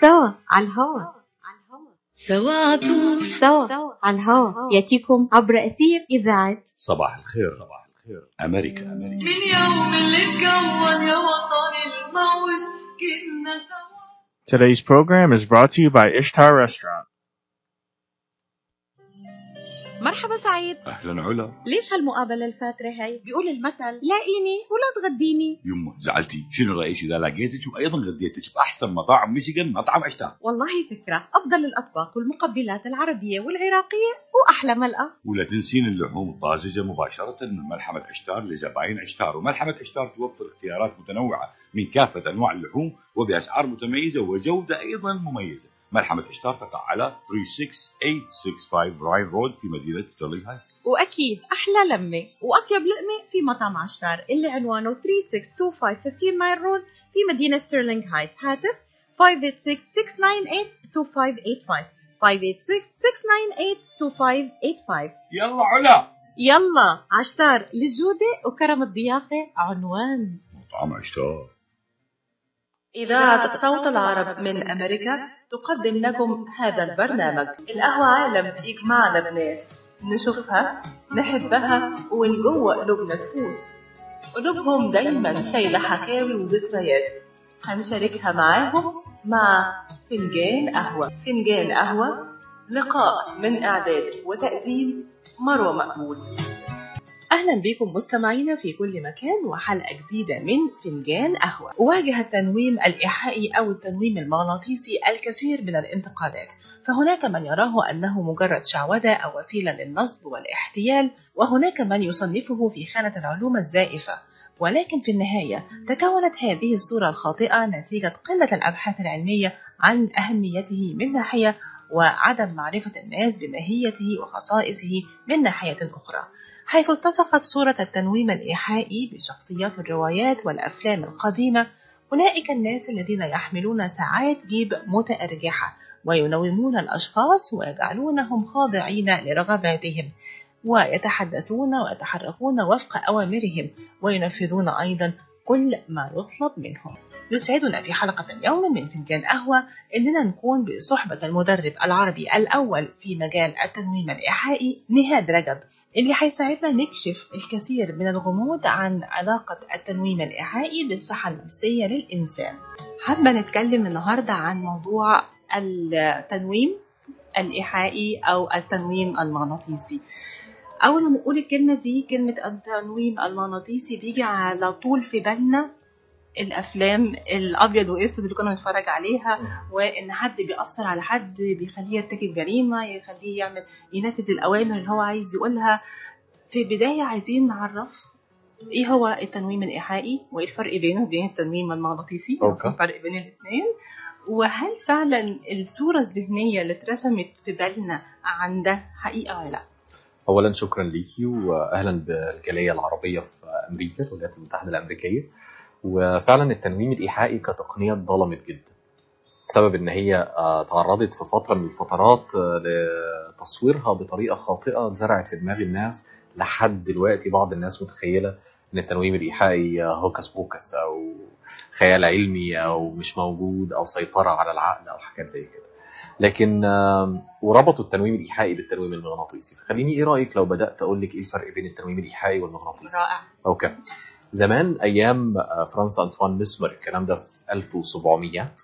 سوا على الهوا، سوا على طول، سوا على الهوا ياتيكم عبر أثير إذاعة صباح الخير. صباح الخير أمريكا. من يوم اللي اتكون يا وطني الموج كنا سوا. Today's program is brought to you by Ishtar Restaurant. مرحبا سعيد. أهلا علا. ليش هالمقابلة الفاترة هاي؟ بيقول المثل لاقيني ولا تغديني. يمه زعلتي، شنو رأيك إذا لقيتك وأيضا غديتك بأحسن مطاعم ميشيغان، مطعم إشتار؟ والله فكرة، أفضل الأطباق والمقبلات العربية والعراقية وأحلى ملقا. ولا تنسين اللحوم الطازجة مباشرة من ملحمة إشتار لزباين إشتار. وملحمة إشتار توفر اختيارات متنوعة من كافة أنواع اللحوم وبأسعار متميزة وجودة أيضا مميزة. ملحمة إشتار تقع على 36865 راين رود في مدينة ستيرلينغ هايتس. وأكيد أحلى لمة وأطيب لقمة في مطعم عشتار اللي عنوانه 3625 15 مايل رود في مدينة ستيرلينغ هايتس. هاتف 586-698-2585 586-698-2585. يلا علا، يلا عشتار، للجودة وكرم الضيافة عنوان. مطعم إشتار. إذاعة صوت العرب من أمريكا تقدم لكم هذا البرنامج. القهوة عالم يجمعنا بناس نشوفها نحبها ومن جوه قلوبنا تفوت. قلوبهم دايما شايلة حكاوي وذكريات هنشاركها معاهم مع فنجان قهوة. فنجان قهوة، لقاء من إعداد وتقديم مروة مقبول. أهلا بكم مستمعينا في كل مكان وحلقة جديدة من فنجان قهوة. واجه التنويم الإيحائي أو التنويم المغناطيسي الكثير من الانتقادات، فهناك من يراه أنه مجرد شعوذة أو وسيلة للنصب والاحتيال، وهناك من يصنفه في خانة العلوم الزائفة. ولكن في النهاية تكونت هذه الصورة الخاطئة نتيجة قلة الأبحاث العلمية عن أهميته من ناحية وعدم معرفة الناس بماهيته وخصائصه من ناحية أخرى، حيث التصقت صورة التنويم الإيحائي بشخصيات الروايات والأفلام القديمة. أولئك الناس الذين يحملون ساعات جيب متأرجحة وينومون الأشخاص ويجعلونهم خاضعين لرغباتهم، ويتحدثون ويتحركون وفق أوامرهم وينفذون أيضا كل ما يطلب منهم. يسعدنا في حلقة اليوم من فنجان قهوة إننا نكون بصحبة المدرب العربي الأول في مجال التنويم الإيحائي نهاد رجب، اللي حيساعدنا نكشف الكثير من الغموض عن علاقة التنويم الإيحائي بالصحة النفسية للإنسان. حابة نتكلم النهاردة عن موضوع التنويم الإيحائي أو التنويم المغناطيسي. أول ما نقول الكلمة دي، كلمة التنويم المغناطيسي، بيجي على طول في بالنا الأفلام الأبيض وأسود اللي كنا نتفرج عليها، وإن حد بيأثر على حد بيخليه يرتكب جريمة، يخليه ينفذ الأوامر اللي هو عايز يقولها. في البداية عايزين نعرف إيه هو التنويم الإيحائي وإيه الفرق بينه وبين التنويم المغناطيسي، الفرق بين الاثنين، وهل فعلا الصورة الذهنية اللي اترسمت في بالنا عن ده حقيقة ولا لا؟ أولا شكرا ليكي وأهلا بالجالية العربية في أمريكا، الولايات المتحدة الأمريكية. وفعلا التنويم الإيحائي كتقنية ظلمت جدا بسبب إن هي تعرضت في فترة من الفترات لتصويرها بطريقة خاطئة زرعت في دماغ الناس. لحد دلوقتي بعض الناس متخيلة إن التنويم الإيحائي هوكس بوكس أو خيال علمي أو مش موجود أو سيطرة على العقل أو حاجات زي كده، لكن وربطوا التنويم الإيحائي بالتنويم المغناطيسي. فخليني إيه رأيك لو بدأت أقول لك إيه الفرق بين التنويم الإيحائي والمغناطيسي؟ رائع. أوكي. زمان أيام فرانس أنطوان ميسمر، الكلام ده في 1700،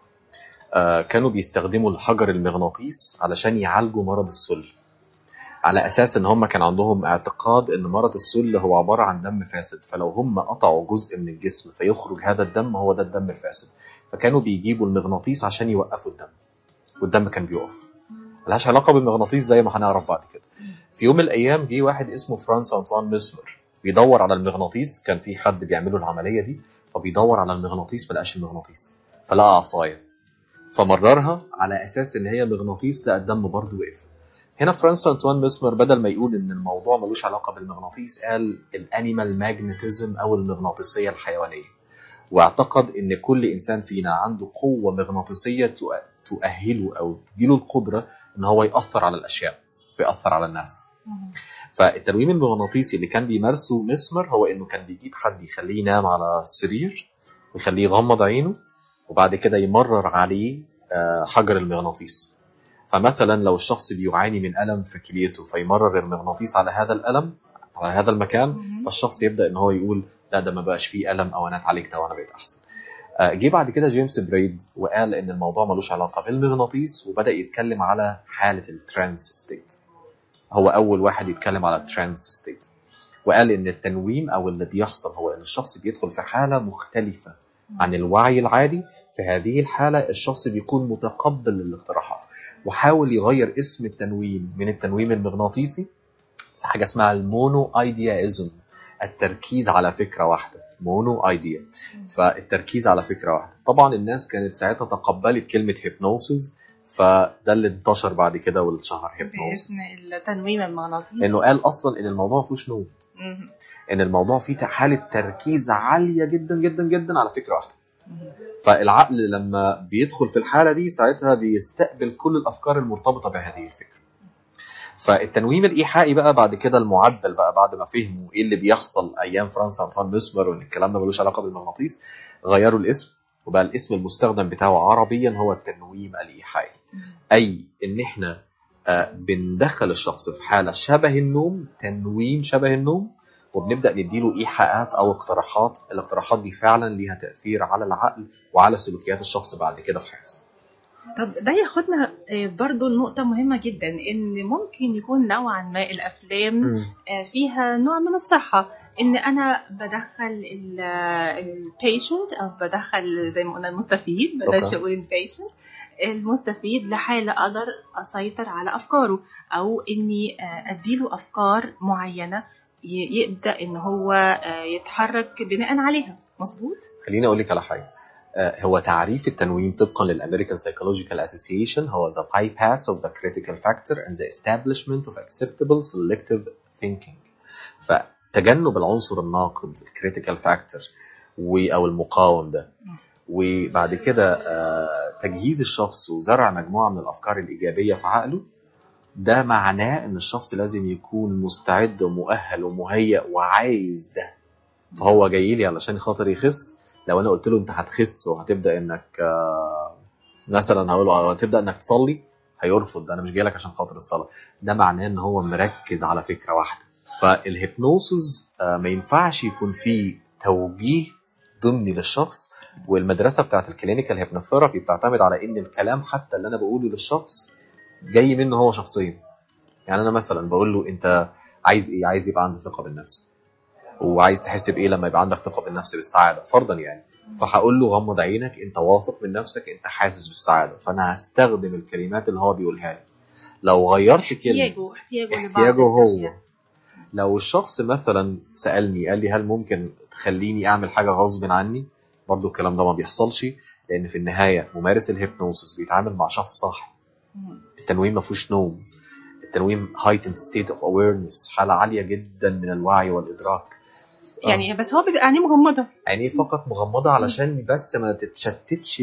كانوا بيستخدموا الحجر المغناطيس علشان يعالجوا مرض السل، على أساس إن هم كان عندهم اعتقاد إن مرض السل هو عبارة عن دم فاسد، فلو هم قطعوا جزء من الجسم فيخرج هذا الدم هو ده الدم الفاسد، فكانوا بيجيبوا المغناطيس عشان يوقفوا الدم، والدم كان بيقف. ملهاش علاقة بالمغناطيس زي ما هنعرف بعد كده. في يوم من الأيام جه واحد اسمه فرانس أنطوان ميسمر بيدور على المغناطيس، كان في حد بيعمله العملية دي، فبيدور على المغناطيس ملقاش المغناطيس، فلقى عصاية فمررها على أساس إن هي مغناطيس، لقى الدم برضو وقف. هنا فرانس أنطوان ميسمر بدل ما يقول إن الموضوع ملوش علاقة بالمغناطيس، قال الأنيمال ماجنتيزم أو المغناطيسية الحيوانية، واعتقد إن كل إنسان فينا عنده قوة مغناطيسية تؤهله أو تديله القدرة إن هو يأثر على الأشياء، بيأثر على الناس. فالتنويم المغناطيسي اللي كان بيمارسه ميسمر هو إنه كان بيجيب حد يخليه ينام على السرير ويخليه يغمض عينه، وبعد كده يمرر عليه حجر المغناطيس. فمثلا لو الشخص بيعاني من ألم في كليته فيمرر المغناطيس على هذا الألم على هذا المكان، فالشخص يبدأ ان هو يقول لا ده ما بقاش فيه ألم، او انا اتعالجت وانا بقيت احسن. جه بعد كده جيمس برايد وقال ان الموضوع ملوش علاقة بالمغناطيس، وبدأ يتكلم على حالة الترانس ستيت. هو اول واحد يتكلم على الترانس ستيت، وقال ان التنويم او اللي بيحصل هو ان الشخص بيدخل في حالة مختلفة عن الوعي العادي. في هذه الحالة الشخص بيكون متقبل للاقتراحات، وحاول يغير اسم التنويم من التنويم المغناطيسي حاجة اسمها المونو ايديايزم، التركيز على فكرة واحدة، مونو ايديا، فالتركيز على فكرة واحدة. طبعا الناس كانت ساعتها تقبلت كلمة هيبنوسيس، فده اللي انتشر بعد كده والشهر هيبنوسيس، باسم التنويم المغناطيسي، انه قال اصلا ان الموضوع ما فيهوش نوم، ان الموضوع فيه حالة تركيز عالية جدا جدا جدا على فكرة واحدة. فالعقل لما بيدخل في الحالة دي ساعتها بيستقبل كل الأفكار المرتبطة بهذه الفكرة. فالتنويم الإيحائي بقى بعد كده المعدل بقى بعد ما فهموا إيه اللي بيحصل أيام فرانس أنطوان ميسمر وإن الكلام ده ملوش علاقة بالمغناطيس، غيروا الاسم وبقى الاسم المستخدم بتاعه عربيا هو التنويم الإيحائي. أي إن إحنا بندخل الشخص في حالة شبه النوم، تنويم شبه النوم، وبنبدأ نديله إيحاءات أو اقتراحات. الاقتراحات دي فعلا ليها تأثير على العقل وعلى سلوكيات الشخص بعد كده في حياته. طب ده ياخدنا برضو النقطة مهمة جدا، إن ممكن يكون نوعا ما الأفلام فيها نوع من الصحة، إن أنا بدخل البيشنت أو بدخل زي ما قلنا المستفيد، بلاش أقول البيشنت، المستفيد لحالة أقدر أسيطر على أفكاره، أو إني أديله أفكار معينة يبدأ إن هو يتحرك بناء عليها. مظبوط؟ خليني أقول لك على حاجة. هو تعريف التنويم طبقا للأمريكان Psychological Association هو the bypass of the critical factor and the establishment of acceptable selective thinking. فتجنب العنصر الناقد critical factor أو المقاوم ده، وبعد كده تجهيز الشخص وزرع مجموعة من الأفكار الإيجابية في عقله. ده معناه ان الشخص لازم يكون مستعد ومؤهل ومهيأ وعايز ده. فهو جاي لي علشان خاطر يخس. لو انا قلت له انت هتخس وهتبدا انك مثلا هقول له هتبدا انك تصلي، هيرفض. انا مش جاي لك عشان خاطر الصلاه. ده معناه ان هو مركز على فكره واحده. فالهيبنوسيس ما ينفعش يكون فيه توجيه ضمني للشخص. والمدرسه بتاعت الكلينيكال هيبنوثيرابي بتعتمد على ان الكلام حتى اللي انا بقوله للشخص جاي منه هو شخصيا. يعني انا مثلا بقول له انت عايز ايه؟ عايز يبقى عندك ثقه بالنفس، وعايز تحس بايه لما يبقى عندك ثقه بالنفس؟ بالسعاده فرضا يعني. فهقول له غمض عينك، انت واثق من نفسك، انت حاسس بالسعاده. فانا هستخدم الكلمات اللي هو بيقولها لي. لو غيرت كلمه احتياجه هو. لو الشخص مثلا سالني قال لي هل ممكن تخليني اعمل حاجه غصب عني، برضو الكلام ده ما بيحصلش، لان في النهايه ممارس الهيبنوسيس بيتعامل مع شخص صاحي. التنويم ما فيهوش نوم. التنويم heightened state of awareness، حالة عالية جدا من الوعي والإدراك. يعني بس هو بيبقى عينيه مغمضة، عينيه فقط مغمضة علشان بس ما تتشتتش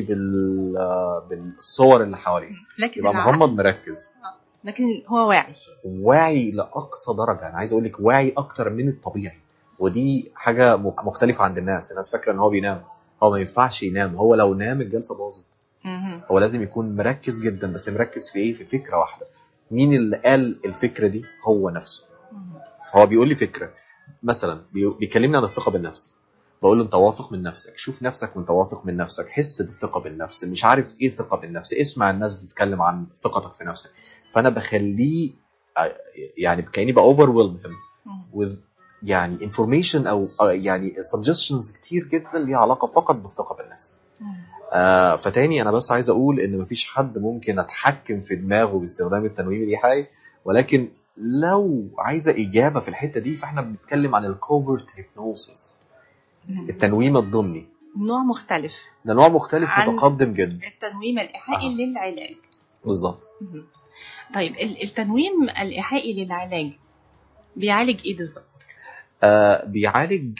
بالصور اللي حواليه، يبقى مغمض مركز. لكن هو واعي لأقصى درجة. أنا عايز أقول لك واعي أكتر من الطبيعي، ودي حاجة مختلفة عند الناس. الناس فاكرة إن هو بينام. هو ما ينفعش ينام. هو لو نام الجلسة باظت. هو لازم يكون مركز جدا. بس مركز في ايه؟ في فكرة واحدة. مين اللي قال الفكرة دي؟ هو نفسه. هو بيقول لي فكرة مثلا، بيكلمني عن الثقة بالنفس. بقول له انت واثق من نفسك، شوف نفسك وانت واثق من نفسك، حس بالثقة بالنفس. مش عارف ايه ثقة بالنفس، اسمع الناس بتتكلم عن ثقتك في نفسك. فانا بخليه يعني كأني بأوفرويلم with يعني information او يعني suggestions كتير جدا ليها علاقة فقط بالثقة بالنفس. فتاني انا بس عايز اقول ان مفيش حد ممكن اتحكم في دماغه باستخدام التنويم الايحائي، ولكن لو عايزه اجابه في الحته دي فاحنا بنتكلم عن الكوفرت هيبنوسيس، التنويم الضمني. نوع مختلف، ده نوع مختلف متقدم جدا. التنويم الايحائي للعلاج بالظبط. طيب التنويم الايحائي للعلاج بيعالج ايه بالظبط؟ بيعالج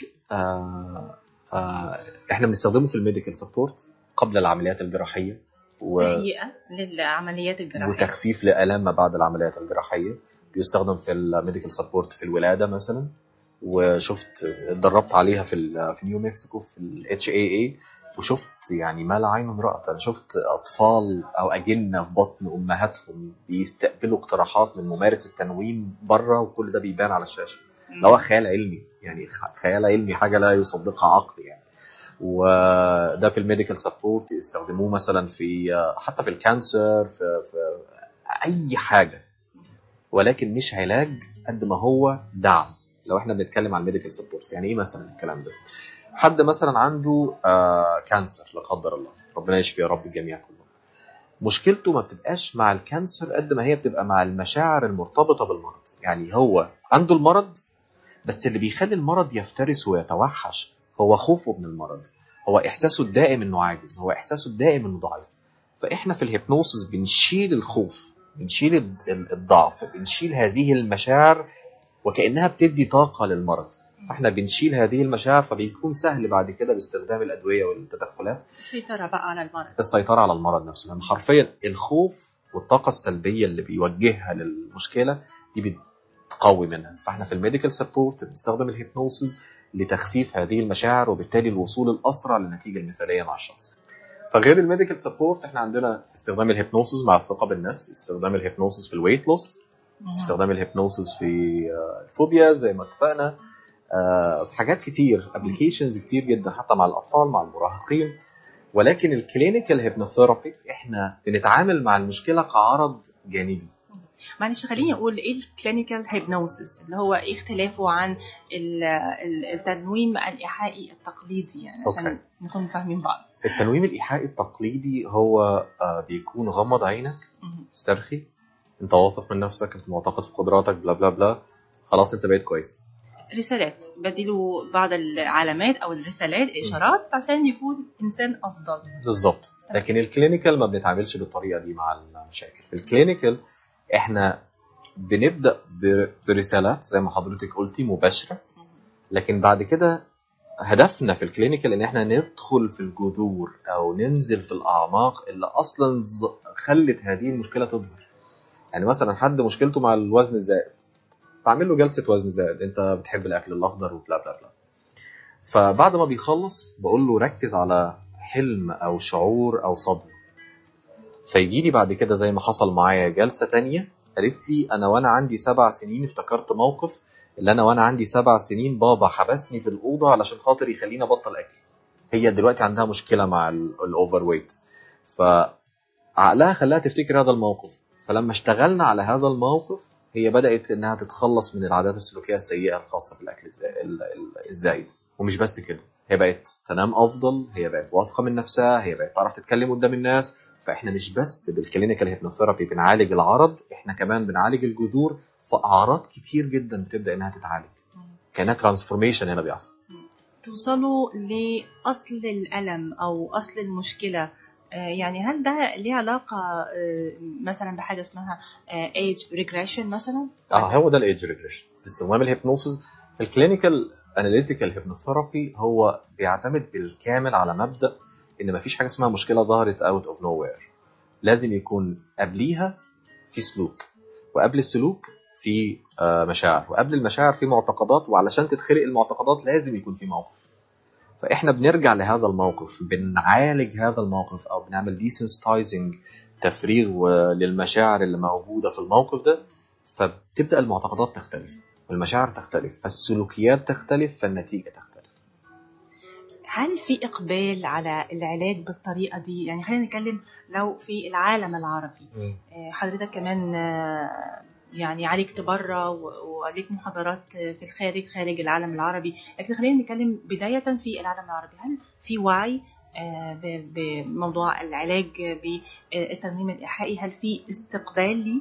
احنا بنستخدمه في الميديكال سبورت قبل العمليات الجراحيه تهيئه للعمليات الجراحيه وتخفيف لآلام ما بعد العمليات الجراحيه. بيستخدم في الميديكال سبورت في الولاده مثلا، وشفت اتدربت عليها في نيو مكسيكو في الHAA. وشفت يعني ما لا عين رأت. أنا شفت أطفال أو أجنة في بطن أمهاتهم بيستقبلوا اقتراحات من ممارس التنويم بره، وكل ده بيبان على الشاشة. ده خيال علمي، يعني خيال علمي، حاجة لا يصدقها عقل يعني. وده في الميديكال سبورت يستخدموه مثلا في حتى في الكانسر، في أي حاجة، ولكن مش علاج قد ما هو دعم. لو احنا بنتكلم عن الميديكال سبورت، يعني ايه مثلا الكلام ده؟ حد مثلا عنده كانسر لا قدر الله، ربنا يشفي يا رب الجميع كلهم، مشكلته ما بتبقاش مع الكانسر قد ما هي بتبقى مع المشاعر المرتبطة بالمرض. يعني هو عنده المرض، بس اللي بيخلي المرض يفترس ويتوحش هو خوفه من المرض، هو إحساسه الدائم إنه عاجز، هو إحساسه الدائم إنه ضعيف. فإحنا في الهيبنوسيس بنشيل الخوف، بنشيل الضعف، بنشيل هذه المشاعر وكأنها بتدي طاقة للمرض. فإحنا بنشيل هذه المشاعر، فبيكون سهل بعد كده باستخدام الأدوية والتدخلات السيطرة بقى على المرض، السيطرة على المرض نفسه. لأن حرفيا الخوف والطاقة السلبية اللي بيوجهها للمشكلة دي بتقوي منها. فإحنا في الميديكال سبورت بنستخدم الهيبنوسيس لتخفيف هذه المشاعر، وبالتالي الوصول الأسرع للنتيجة المثالية مع الشخص. فغير الميديكال سبورت احنا عندنا استخدام الهيبنوسيس مع الثقة بالنفس، استخدام الهيبنوسيس في الويت لوس، استخدام الهيبنوسيس في الفوبيا زي ما اتفقنا، في حاجات كتير، ابليكيشنز كتير جدا حتى مع الأطفال مع المراهقين. ولكن الكلينيكال هيبنوثيرابي احنا بنتعامل مع المشكلة كعرض جانبي. معلش خليني اقول ايه الكلينيكال هيبنوسيس اللي هو ايه اختلافه عن التنويم الإيحائي التقليدي، يعني عشان نكون فاهمين بعض. التنويم الإيحائي التقليدي هو بيكون غمض عينك، استرخي، انت واثق من نفسك، انت معتقد في قدراتك، بلا بلا بلا، خلاص انت بقيت كويس. رسالات، بديله بعض العلامات او الرسالات، الاشارات عشان يكون انسان افضل. بالظبط. لكن الكلينيكال ما بنتعاملش بالطريقه دي مع المشاكل. في الكلينيكال احنا بنبدا برسالات زي ما حضرتك قلتي مباشره، لكن بعد كده هدفنا في الكلينيكال ان احنا ندخل في الجذور او ننزل في الاعماق اللي اصلا خلت هذه المشكله تظهر. يعني مثلا حد مشكلته مع الوزن الزائد، بعمل له جلسه وزن زائد، انت بتحب الاكل الاخضر وبلا بلا بلا. فبعد ما بيخلص بقول له ركز على حلم او شعور او صدمه. فيجي لي بعد كده زي ما حصل معايا جلسه تانية، قالت لي انا وانا عندي 7 سنين افتكرت موقف اللي انا وانا عندي 7 سنين بابا حبسني في الاوضه علشان خاطر يخليني ابطل اكل. هي دلوقتي عندها مشكله مع الاوفر ويت، فعقلها خلاها تفتكر هذا الموقف. فلما اشتغلنا على هذا الموقف هي بدات انها تتخلص من العادات السلوكيه السيئه الخاصه بالاكل الزائد. ومش بس كده، هي بقت تنام افضل، هي بقت واثقه من نفسها، هي بقت تعرف تتكلم قدام الناس. فاحنا مش بس بالكلينيكال هيبنوثيرابي بنعالج العرض، احنا كمان بنعالج الجذور. فاعراض كتير جدا بتبدا انها تتعالج، كانها ترانسفورميشن هنا بيحصل. توصلوا لاصل الالم او اصل المشكله. يعني هل ده ليه علاقه مثلا بحاجه اسمها age regression مثلا؟ هو ده الايدج ريجريشن. باستخدام الهيبنوسيس في الكلينيكال اناليتيكال هيبنوثيرابي هو بيعتمد بالكامل على مبدا ان مفيش حاجه اسمها مشكله ظهرت اوت اوف نو وير. لازم يكون قبليها في سلوك، وقبل السلوك في مشاعر، وقبل المشاعر في معتقدات، وعلشان تتخلق المعتقدات لازم يكون في موقف. فاحنا بنرجع لهذا الموقف، بنعالج هذا الموقف او بنعمل desensitizing، تفريغ للمشاعر اللي موجوده في الموقف ده. فبتبدا المعتقدات تختلف، المشاعر تختلف، فالسلوكيات تختلف، فالنتيجه تختلف. هل في إقبال على العلاج بالطريقة دي؟ يعني خلينا نتكلم لو في العالم العربي، حضرتك كمان يعني عالجت بره وعليك محاضرات في الخارج، خارج العالم العربي، لكن خلينا نتكلم بداية في العالم العربي. هل في وعي بموضوع العلاج بالتنويم الإيحائي؟ هل في استقبال ليه؟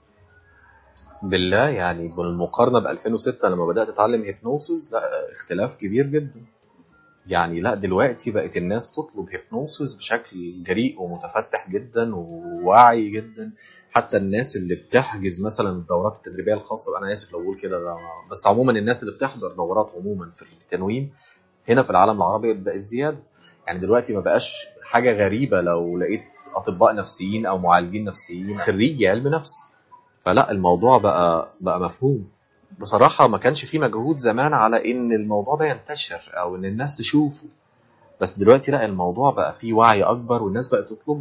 بالله يعني بالمقارنة ب 2006 لما بدأت أتعلم هيبنوسيس، لا اختلاف كبير جدا. يعني لا دلوقتي بقت الناس تطلب هيبنوسيس بشكل جريء ومتفتح جدا وواعي جدا. حتى الناس اللي بتحجز مثلا الدورات التدريبية الخاصة، أنا آسف لو أقول كده، بس عموما الناس اللي بتحضر دورات عموما في التنويم هنا في العالم العربي بقى الزيادة. يعني دلوقتي ما بقاش حاجة غريبة لو لقيت أطباء نفسيين أو معالجين نفسيين خريجي علم نفس. فلا الموضوع بقى مفهوم. بصراحة ما كانش فيه مجهود زمان على ان الموضوع ده ينتشر او ان الناس تشوفه. بس دلوقتي لا، الموضوع بقى فيه وعي اكبر والناس بقت تطلب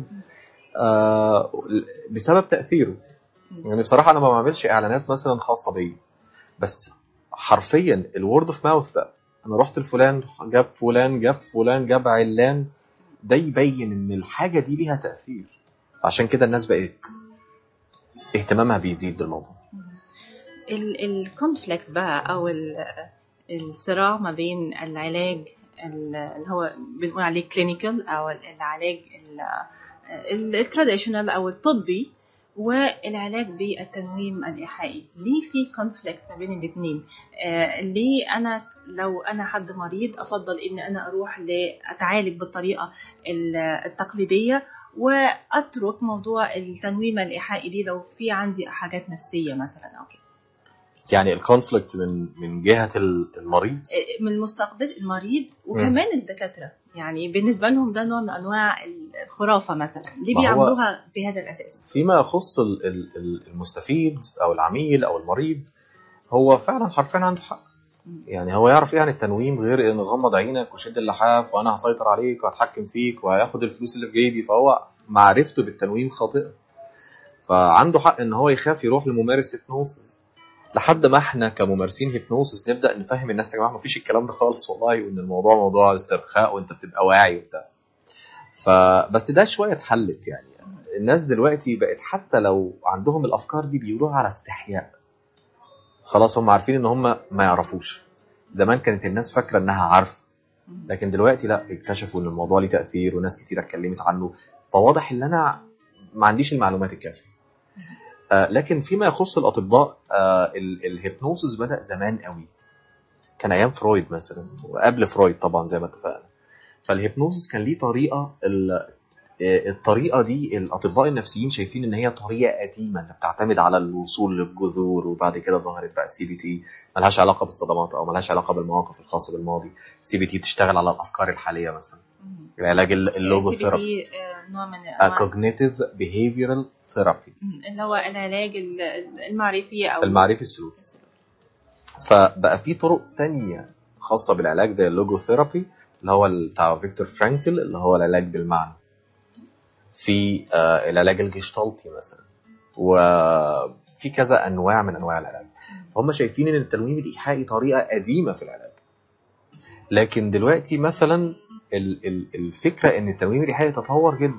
بسبب تاثيره. يعني بصراحه انا ما بعملش اعلانات مثلا خاصه بيا، بس حرفيا الورد اوف ماوث بقى، انا رحت لفلان جاب فلان جاب فلان جاب علان، ده يبين ان الحاجه دي ليها تاثير. عشان كده الناس بقت اهتمامها بيزيد بالموضوع. الكونفليكت بقى او الصراع ما بين العلاج اللي هو بنقول عليه كلينيكال او العلاج التراديشنال او الطبي، والعلاج بالتنويم الإيحائي. ليه في كونفليكت ما بين الاثنين؟ ليه أنا لو أنا حد مريض أفضل إن أنا أروح لأتعالج بالطريقة التقليدية وأترك موضوع التنويم الإيحائي دي لو في عندي حاجات نفسية مثلا أو كده؟ يعني الكونفليكت من جهة المريض، من مستقبل المريض وكمان الدكاترة، يعني بالنسبة لهم ده نوع من أنواع الخرافة مثلا، ليه بيعملوها بهذا الأساس؟ فيما يخص المستفيد أو العميل أو المريض، هو فعلا حرفيا عنده حق. يعني هو يعرف ايه عن التنويم غير ان غمض عينك وشد اللحاف وانا هسيطر عليك وهتحكم فيك وهياخد الفلوس اللي في جيبي، فهو معرفته بالتنويم خاطئة، فعنده حق ان هو يخاف يروح لممارس هيبنوسيس. لحد ما احنا كممارسين هيبنوسيس نبدا نفهم الناس يا جماعه مفيش الكلام ده خالص والله، وان الموضوع موضوع استرخاء وانت بتبقى واعي وبتاع. فبس ده شويه اتحلت. يعني الناس دلوقتي بقت حتى لو عندهم الافكار دي بيقولوها على استحياء، خلاص هم عارفين ان هم ما يعرفوش. زمان كانت الناس فاكره انها عارفه، لكن دلوقتي لا، اكتشفوا ان الموضوع ليه تاثير وناس كتير اتكلمت عنه، فواضح ان انا ما عنديش المعلومات الكافيه. لكن فيما يخص الأطباء، الهيبنوسيس بدأ زمان قوي، كان أيام فرويد مثلا وقبل فرويد طبعا زي ما اتفقنا. فالهيبنوسيس كان ليه طريقة، الطريقة دي الأطباء النفسيين شايفين إن هي طريقة قديمة اللي بتعتمد على الوصول للجذور، وبعد كده ظهرت بقى CBT ملهاش علاقة بالصدمات أو ملهاش علاقة بالمواقف الخاصة بالماضي. CBT بتشتغل على الأفكار الحالية مثلا. العلاج اللوجوثيرابي نوع من cognitive behavioral therapy اللي هو العلاج المعرفي أو المعرفي السلوكي. فبقى في طرق تانية خاصة بالعلاج ده اللوجوثيرابي اللي هو بتاع فيكتور فرانكل اللي هو العلاج بالمعنى، في العلاج الجيشتالتي مثلا، وفي كذا أنواع من أنواع العلاج. فهم شايفين إن التنويم الإيحائي طريقة قديمة في العلاج، لكن دلوقتي مثلا الفكرة إن التنويم الإيحائي تطور جدا،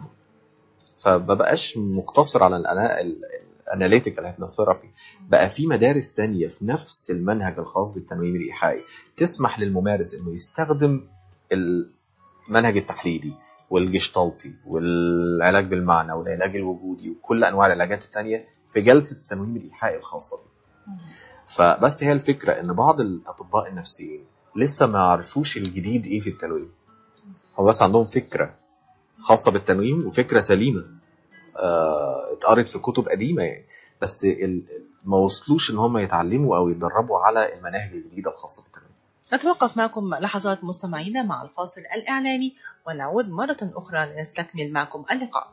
فمبقاش مقتصر على الاناليتيكال هيبنوثيرابي، بقى في مدارس تانية في نفس المنهج الخاص بالتنويم الإيحائي تسمح للممارس إنه يستخدم المنهج التحليلي والجيشتالتي والعلاج بالمعنى والعلاج الوجودي وكل أنواع العلاجات التانية في جلسة التنويم الإيحائي الخاصة بي. فبس هي الفكرة إن بعض الأطباء النفسيين لسه ما عرفوش الجديد إيه في التنويم، هو بس عندهم فكرة خاصة بالتنويم وفكرة سليمة اتقرت في كتب قديمة يعني، بس ما وصلوش ان هم يتعلموا او يتدربوا على المناهج الجديدة الخاصة بالتنويم. نتوقف معكم لحظات مستمعينا مع الفاصل الإعلاني ونعود مرة أخرى لنستكمل معكم اللقاء.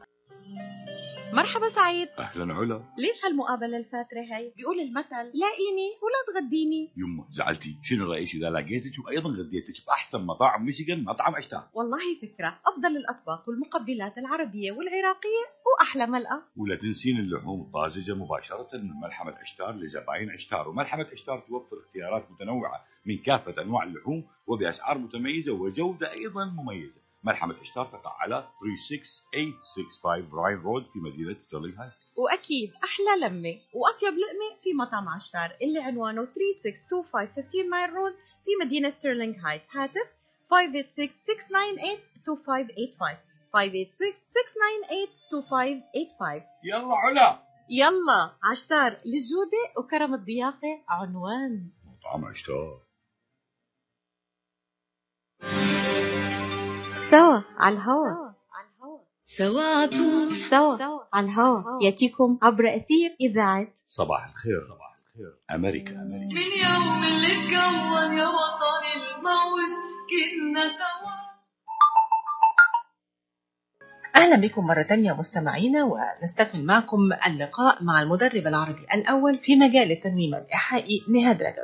مرحبا سعيد. اهلا علا. ليش هالمقابله الفاتره هي؟ بيقول المثل لاقيني ولا تغديني. يمه زعلتي، شنو رايك اذا لقيتك وايضا غديتك باحسن مطاعم ميشيغان، مطعم اشتار؟ والله فكره، افضل الاطباق والمقبلات العربيه والعراقيه واحلى ملقا. ولا تنسين اللحوم الطازجه مباشره من ملحمه اشتار لزباين اشتار. وملحمه اشتار توفر اختيارات متنوعه من كافه انواع اللحوم وباسعار متميزه وجوده ايضا مميزه. ملحمة إشتار تقع على 36865 براين رود في مدينة ستيرلينغ هايت. وأكيد أحلى لمة وأطيب لقمة في مطعم عشتار اللي عنوانه 3625 15 مايل رود في مدينة ستيرلينغ هايت. هاتف 586-698-2585 586-698-2585. يلا علا يلا عشتار، للجودة وكرم الضيافة عنوان مطعم عشتار. سوا على الهوا، سوا طول سوا على الهوا، ياتيكم عبر أثير إذاعة صباح الخير. صباح الخير أمريكا. من يوم اللي اتكون يا وطن الموج كنا سوا. أهلا بكم مرة تانية مستمعينا، ونستكمل معكم اللقاء مع المدرب العربي الأول في مجال التنويم الإيحائي نهاد رجب.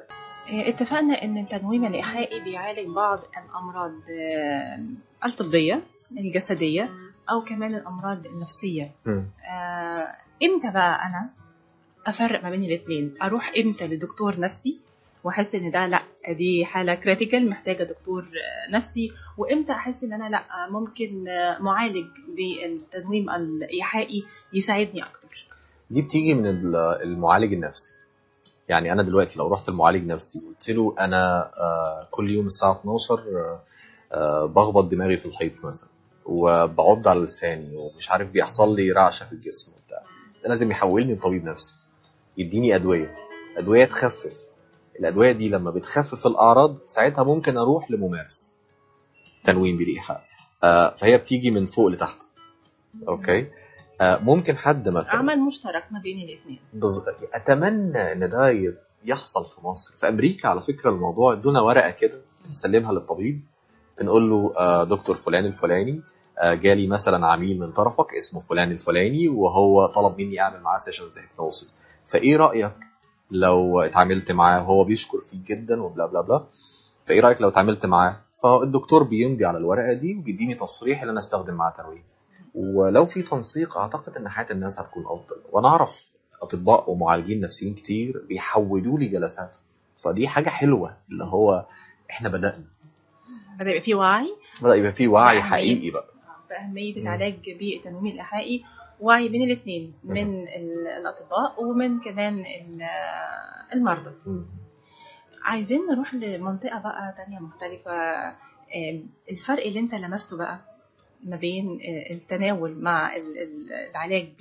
اتفقنا ان التنويم الإيحائي بيعالج بعض الامراض الطبية الجسدية او كمان الامراض النفسية. امتى بقى انا افرق ما بين الاثنين؟ اروح امتى لدكتور نفسي واحس ان ده لا دي حاله كريتيكال محتاجه دكتور نفسي، وامتى احس ان انا لا ممكن معالج بالتنويم الايحائي يساعدني اكتر؟ دي بتيجي من المعالج النفسي. يعني انا دلوقتي لو رحت المعالج نفسي قلت له انا كل يوم الساعه 12 بخبط دماغي في الحيط مثلا وبعض على لساني ومش عارف بيحصل لي رعشه في الجسم وبتاع، ده لازم يحولني لطبيب نفسي يديني ادويه تخفف. الادويه دي لما بتخفف الاعراض ساعتها ممكن اروح لممارس تنويم بالايحاء. فهي بتيجي من فوق لتحت. اوكي. ممكن حد مثلا عمل مشترك ما بين الاثنين. اتمنى ان ده يحصل في مصر. في امريكا على فكره الموضوع ادونا ورقه كده نسلمها للطبيب، بنقول له دكتور فلان الفلاني جالي مثلا عميل من طرفك اسمه فلان الفلاني وهو طلب مني اعمل معاه سيشنز هيبنوسيس، فايه رايك لو اتعاملت معاه؟ هو بيشكر فيك جدا وبلا بلا بلا، فايه رايك لو اتعاملت معاه؟ فالدكتور بيمضي على الورقه دي وبيديني تصريح ان انا استخدم معاه تنويم. ولو في تنسيق اعتقد ان حياه الناس هتكون افضل. وانا اعرف اطباء ومعالجين نفسيين كتير بيحولوا لي جلسات، فدي حاجه حلوه اللي هو احنا بدأ يبقى في وعي، حقيقي بقى بأهمية العلاج بالتنويم الإيحائي، وعي بين الاثنين من الأطباء ومن كمان المرضى. عايزين نروح لمنطقة بقى تانية مختلفة. الفرق اللي انت لمسته بقى ما بين التناول مع العلاج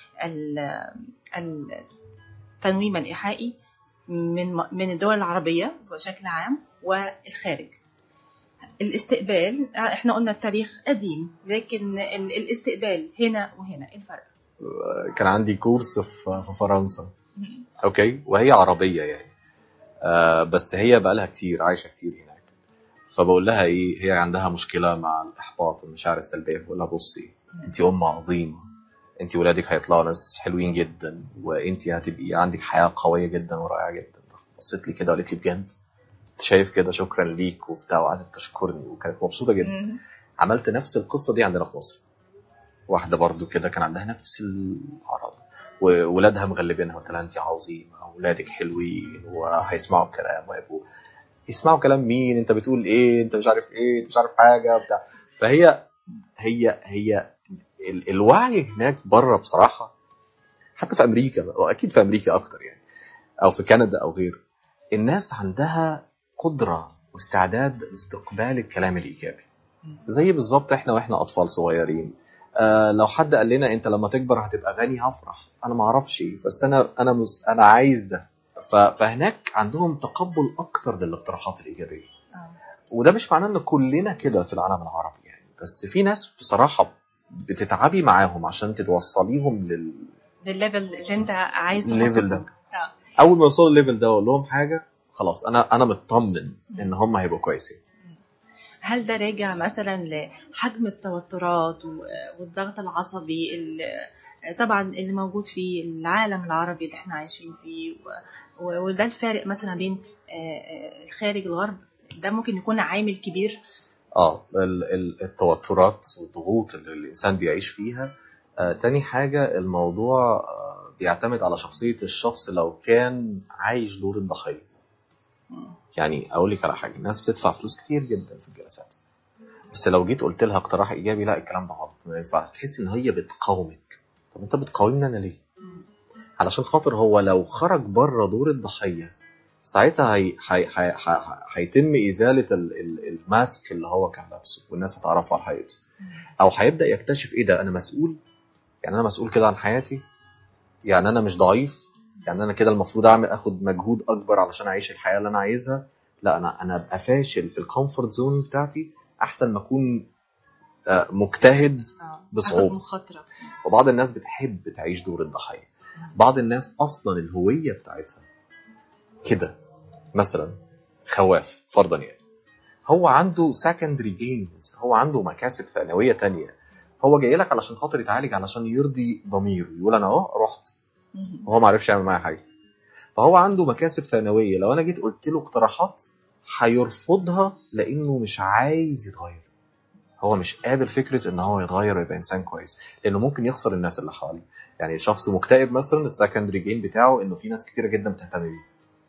بالتنويم الإيحائي من الدول العربية بشكل عام والخارج. الاستقبال، احنا قلنا التاريخ قديم، لكن الاستقبال هنا وهنا ايه الفرق؟ كان عندي كورس في فرنسا. اوكي، وهي عربية يعني بس هي بقى لها كتير عايشة كتير هناك. فبقول لها ايه، هي عندها مشكلة مع الإحباط والمشاعر السلبية. بقول لها بصي، انت أم عظيمة، انت ولادك هيطلعوا ناس حلوين جدا وانت هتبقي عندك حياة قوية جدا ورائعة جدا. بصيت لي كده وقالت لي بجد شايف كده، شكرا ليك وبتاع، وقعدت تشكرني وكانت مبسوطه جدا. عملت نفس القصه دي عندنا في مصر. واحده برضو كده كان عندها نفس الاعراض وولادها مغلبينها، قلت لها انت عظيمه، اولادك حلوين وهيسمعوا الكلام ويبقوا يسمعوا كلام مين، انت بتقول ايه، انت مش عارف ايه، انت مش عارف حاجه بتاع. فهي هي الوعي هناك بره بصراحه، حتى في امريكا واكيد في امريكا اكتر يعني، او في كندا او غيره، الناس عندها قدرة واستعداد لاستقبال الكلام الإيجابي. زي بالظبط احنا واحنا أطفال صغيرين، لو حد قال لنا انت لما تكبر هتبقى غني، هفرح. انا ما اعرفش بس انا عايز ده. فهناك عندهم تقبل اكتر للاقتراحات الإيجابية. وده مش معناه ان كلنا كده في العالم العربي يعني، بس في ناس بصراحة بتتعبي معاهم عشان تتوصليهم للليفل اللي انت عايز الليفل ده. اول ما يوصلوا الليفل ده واقول لهم حاجة خلاص انا مطمن ان هم هيبقوا كويسين. هل ده راجع مثلا لحجم التوترات والضغط العصبي طبعا اللي موجود في العالم العربي اللي احنا عايشين فيه، وده الفارق مثلا بين الخارج الغرب؟ ده ممكن يكون عامل كبير. التوترات والضغوط اللي الانسان بيعيش فيها. تاني حاجة الموضوع بيعتمد على شخصية الشخص لو كان عايش دور الضحية. يعني اقول لك على حاجه، الناس بتدفع فلوس كتير جدا في الجلسات، بس لو جيت قلت لها اقتراح ايجابي، لا الكلام ده غلط، ما ينفعش. تحس ان هي بتقاومك. طب انت بتقاومني انا ليه؟ علشان خاطر هو لو خرج بره دور الضحيه ساعتها هيتم ازاله الماسك اللي هو كان لابسه والناس هتعرفه على حقيقته، او هيبدا يكتشف ايه ده، انا مسؤول. يعني انا مسؤول كده عن حياتي، يعني انا مش ضعيف، يعني انا كده المفروض اخد مجهود اكبر علشان اعيش الحياه اللي انا عايزها. لا، انا ابقى فاشل في الكومفورت زون بتاعتي احسن ما اكون مجتهد بصعوبه. وبعض الناس بتحب تعيش دور الضحيه. بعض الناس اصلا الهويه بتاعتها كده، مثلا خواف فرضا يعني، هو عنده secondary gains، هو عنده مكاسب ثانويه تانية. هو جاي لك علشان خاطر يتعالج، علشان يرضي ضميره، يقول انا رحت وهو ما عرفش يعمل معايا حاجه. فهو عنده مكاسب ثانويه. لو انا جيت قلت له اقتراحات هيرفضها لانه مش عايز يتغير، هو مش قابل فكره ان هو يتغير ويبقى انسان كويس، لانه ممكن يخسر الناس اللي حواليه. يعني شخص مكتئب مثلا السكندري جين بتاعه انه في ناس كتيره جدا بتهتم بيه،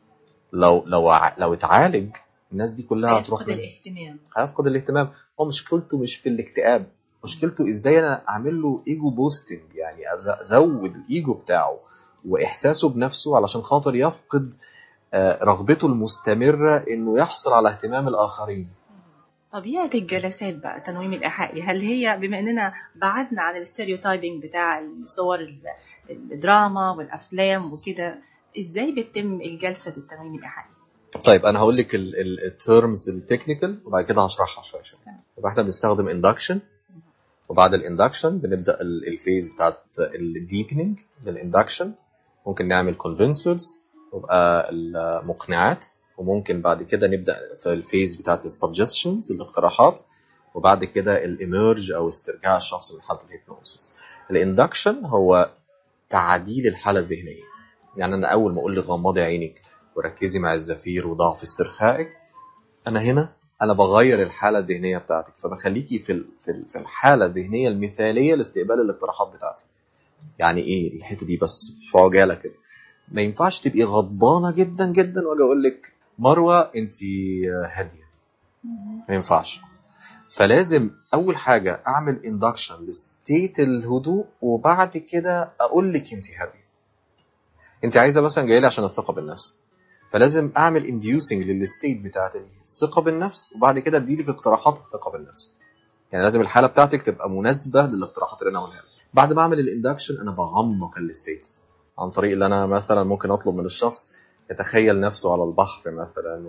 لو اتعالج الناس دي كلها هتروح هيفقد الاهتمام. هيفقد الاهتمام. هو مشكلته مش في الاكتئاب، مشكلته ازاي انا اعمل له ايجو بوستنج، يعني ازود الايجو بتاعه واحساسه بنفسه علشان خاطر يفقد رغبته المستمره انه يحصل على اهتمام الاخرين. طبيعة الجلسات بقى تنويم الإيحائي، هل هي بما أننا بعدنا عن الستيريوتايبنج بتاع الصور الدراما والأفلام وكده، إزاي بتتم الجلسة التنويم الإيحائي؟ طيب أنا هقول لك التيرمز التكنيكال وبعد كده هشرحها شوية. يبقى احنا بنستخدم اندكشن، وبعد الاندكشن بنبدأ الفيز بتاعت الديبنينج للاندكشن. ممكن نعمل كونفنسرز وبقى المقنعات، وممكن بعد كده نبدأ في الفيز بتاعت السجستشنز الاقتراحات، وبعد كده الإيميرج أو استرجاع الشخص من حالة الهيبنوسيس. الاندكشن هو تعديل الحالة الذهنية، يعني أنا أول ما أقول لك غمضي عينك وركزي مع الزفير وضعف استرخائك، أنا هنا أنا بغير الحالة الذهنية بتاعتك، فبخليكي في الحالة الذهنية المثالية لاستقبال الاقتراحات بتاعتي. يعني إيه الحتة دي بس في عجالة كده؟ ما ينفعش تبقي غضبانة جدا جدا واجي أقول لك مروة انت هادية، ما ينفعش. فلازم اول حاجة اعمل اندكشن لستيت الهدوء، وبعد كده اقول لك انت هادية. انت عايزة مثلا جايلي عشان الثقة بالنفس، فلازم اعمل انديوسنج للستيت بتاعت الثقة بالنفس، وبعد كده اديلك اقتراحات الثقة بالنفس. يعني لازم الحالة بتاعتك تبقى مناسبة للاقتراحات اللي انا اقولها لك. بعد ما اعمل الاندكشن انا بغمق الستيت عن طريق اللي انا مثلا ممكن اطلب من الشخص يتخيل نفسه على البحر مثلا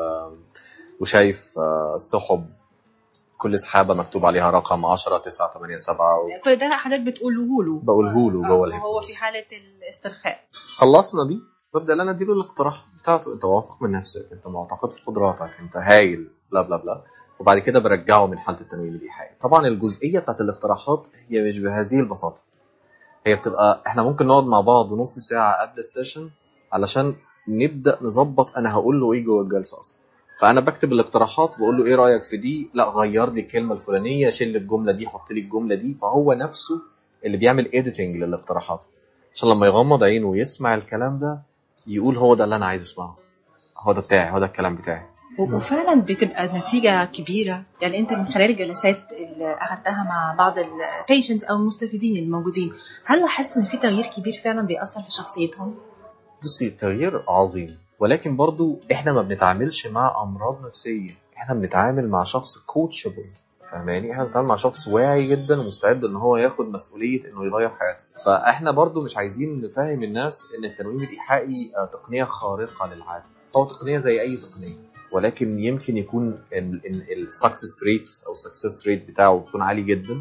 وشايف السحب، كل سحابة مكتوب عليها رقم 10 9 8 7 فده حضرتك بقوله له جوه الهيبنوز. هو في حالة الاسترخاء. خلصنا دي، ببدأ انا اديله الاقتراح بتاعته، انت واثق من نفسك، انت معتقد في قدراتك، انت هايل، بلا بلا بلا. وبعد كده برجعه من حالة التنويم الإيحائي. طبعا الجزئية بتاعت الاقتراحات هي مش بهذه البساطة، هي بتبقى احنا ممكن نقعد مع بعض نص ساعة قبل السيشن علشان نبدأ نظبط أنا هقول له إيه جوه الجلسة أصلا. فأنا بكتب الاقتراحات بقول له إيه رأيك في دي، لا غير لي الكلمة الفلانية، شيل الجملة دي، حط لي الجملة دي. فهو نفسه اللي بيعمل إيديتنج للاقتراحات عشان لما يغمض عينه ويسمع الكلام ده يقول هو ده اللي أنا عايز أسمعه، هو ده بتاعي، هو ده الكلام بتاعي. وفعلا بتبقى نتيجة كبيرة. يعني أنت من خلال الجلسات اللي أخذتها مع بعض البيشنتس أو المستفيدين الموجودين، هل لاحظت إن في تغيير كبير فعلا بيأثر في شخصيتهم؟ بصي التغيير عظيم، ولكن برضو إحنا ما بنتعاملش مع أمراض نفسية، إحنا بنتعامل مع شخص كوتشابل، فاهماني؟ إحنا بنتعامل مع شخص واعي جدا ومستعد إن هو ياخد مسؤولية إنه يغير حياته. فإحنا برضو مش عايزين نفهم الناس إن التنويم الإيحائي تقنية خارقة للعادة، هو تقنية زي أي تقنية، ولكن يمكن يكون السكسس ريت او السكسس ريت بتاعه يكون عالي جدا،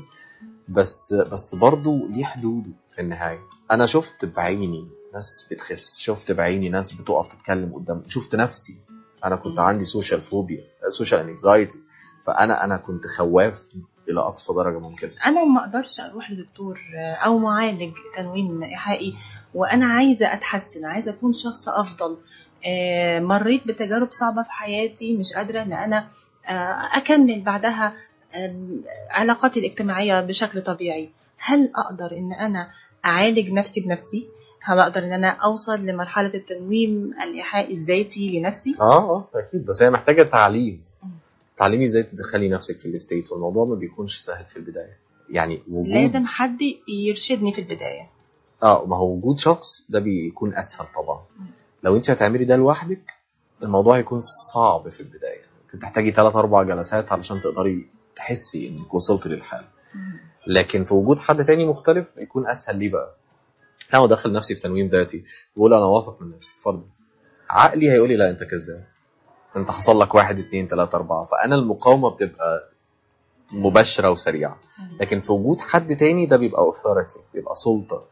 بس برضه ليه حدوده في النهايه. انا شفت بعيني ناس بتخس، شفت بعيني ناس بتقف تتكلم قدام، شفت نفسي انا كنت عندي سوشيال فوبيا، سوشيال انكزايتي، فانا كنت خواف الى اقصى درجه ممكن. انا ما اقدرش اروح لدكتور او معالج تنويم ايحائي وانا عايزه اتحسن، عايزه اكون شخص افضل، مريت بتجارب صعبة في حياتي مش قادرة أن أنا أكمل بعدها علاقاتي الاجتماعية بشكل طبيعي. هل أقدر أن أنا أعالج نفسي بنفسي؟ هل أقدر أن أنا أوصل لمرحلة التنويم الإيحائي الذاتي لنفسي؟ أكيد، بس هي محتاجة تعليمي إزاي تدخلي نفسك في الستيت، والموضوع ما بيكونش سهل في البداية. يعني لازم حد يرشدني في البداية. ما هو وجود شخص ده بيكون أسهل طبعا. لو انت هتعملي ده لوحدك الموضوع هيكون صعب في البداية، ممكن تحتاجي 3-4 جلسات علشان تقدري تحسي انك وصلت للحال. لكن في وجود حد تاني مختلف يكون اسهل. ليه بقى؟ انا داخل نفسي في تنويم ذاتي بقول انا واثق من نفسي، فرضا عقلي هيقولي لا انت كذاب، انت حصل لك 1 2 3 4، فانا المقاومة بتبقى مباشرة وسريعة. لكن في وجود حد تاني ده بيبقى authority، بيبقى سلطة،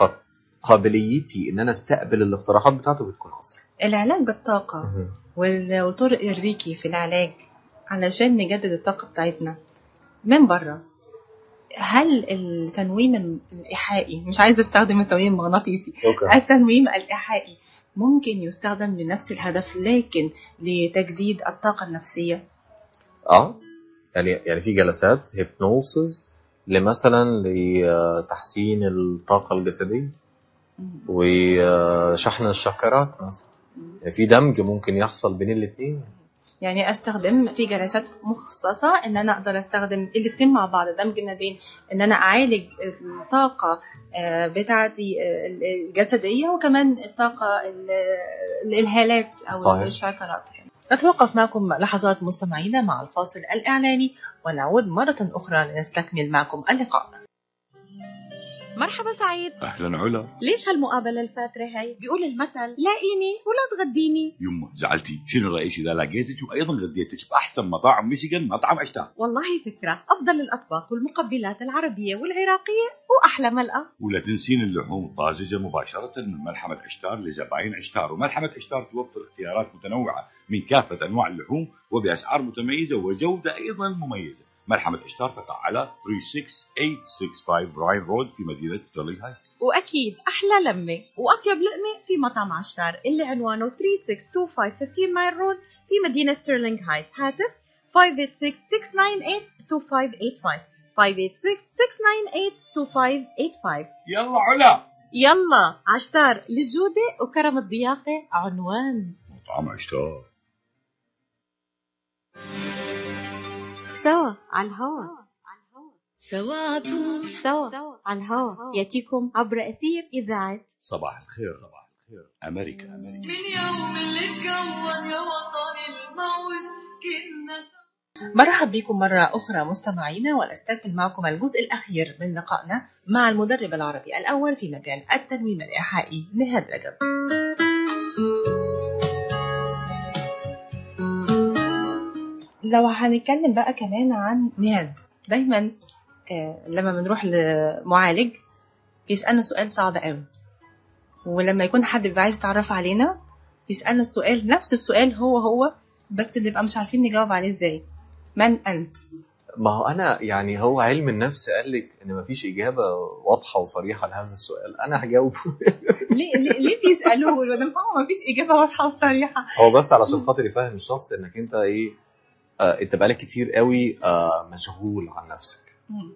قابليتي ان انا استقبل الاقتراحات بتاعته بتكون اسرع. العلاج بالطاقه وطرق الريكي في العلاج علشان نجدد الطاقه بتاعتنا من بره. هل التنويم الايحائي، مش عايزه استخدم التنويم المغناطيسي، التنويم الايحائي ممكن يستخدم لنفس الهدف لكن لتجديد الطاقة النفسية؟ يعني في جلسات هيبنوسز مثلا لتحسين الطاقة الجسدية وشحن الشاكرات مثلا. يعني في دمج ممكن يحصل بين الاثنين. يعني استخدم في جلسات مخصصة ان انا اقدر استخدم الاثنين مع بعض، دمج ما بين ان انا اعالج الطاقة بتاعتي الجسدية وكمان الطاقة الهالات او صحيح. الشاكرات. نتوقف معكم لحظات مستمعينا مع الفاصل الإعلاني ونعود مرة أخرى لنستكمل معكم اللقاء. مرحبا سعيد. اهلا علا. ليش هالمقابلة الفاترة هاي؟ بيقول المثل لاقيني ولا تغديني. يمه زعلتي، شنو رأيك إذا لقيتك وأيضا غديتك بأحسن مطاعم ميشيغان، مطعم عشتار؟ والله فكرة، أفضل الأطباق والمقبلات العربية والعراقية وأحلى ملقا. ولا تنسين اللحوم الطازجة مباشرة من ملحمة عشتار لزباين عشتار. وملحمة عشتار توفر اختيارات متنوعة من كافة أنواع اللحوم وبأسعار متميزة وجودة أيضا مميزة. ملحمة عشتار تقع على 36865 راين رود في مدينة ستيرلينغ هايت. وأكيد أحلى لمة وأطيب لقمة في مطعم عشتار اللي عنوانه 3625 15 مايل رود في مدينة ستيرلينغ هايت. هاتف 586-698-2585 586-698-2585. يلا علا، يلا عشتار، للجودة وكرم الضيافة عنوان. مطعم عشتار. سوا على الهوا، سوا طول سوا على الهوا، يأتيكم عبر أثير إذاعة صباح الخير. صباح الخير أمريكا. من يوم اللي اتكون يا وطن الموج كنا. مرحب بكم مرة أخرى مستمعينا، ونستكمل معكم الجزء الأخير من لقائنا مع المدرب العربي الأول في مجال التنويم الإيحائي نهاد رجب. لو هنتكلم بقى كمان عن نهاد، دايما لما بنروح لمعالج بيسألنا سؤال صعب قوي، ولما يكون حد بيبقى عايز يتعرف علينا يسألنا السؤال نفس السؤال هو بس نبقى مش عارفين نجاوب عليه ازاي. من أنت؟ ما هو أنا يعني هو علم النفس قال لك إن مفيش إجابة واضحة وصريحة لهذا السؤال، أنا هجاوبه. ليه بيسألوه ولما هو مفيش إجابة واضحة وصريحة؟ هو بس علشان خاطر يفهم الشخص إنك أنت إيه، أنت بقالك كتير قوي مشغول عن نفسك.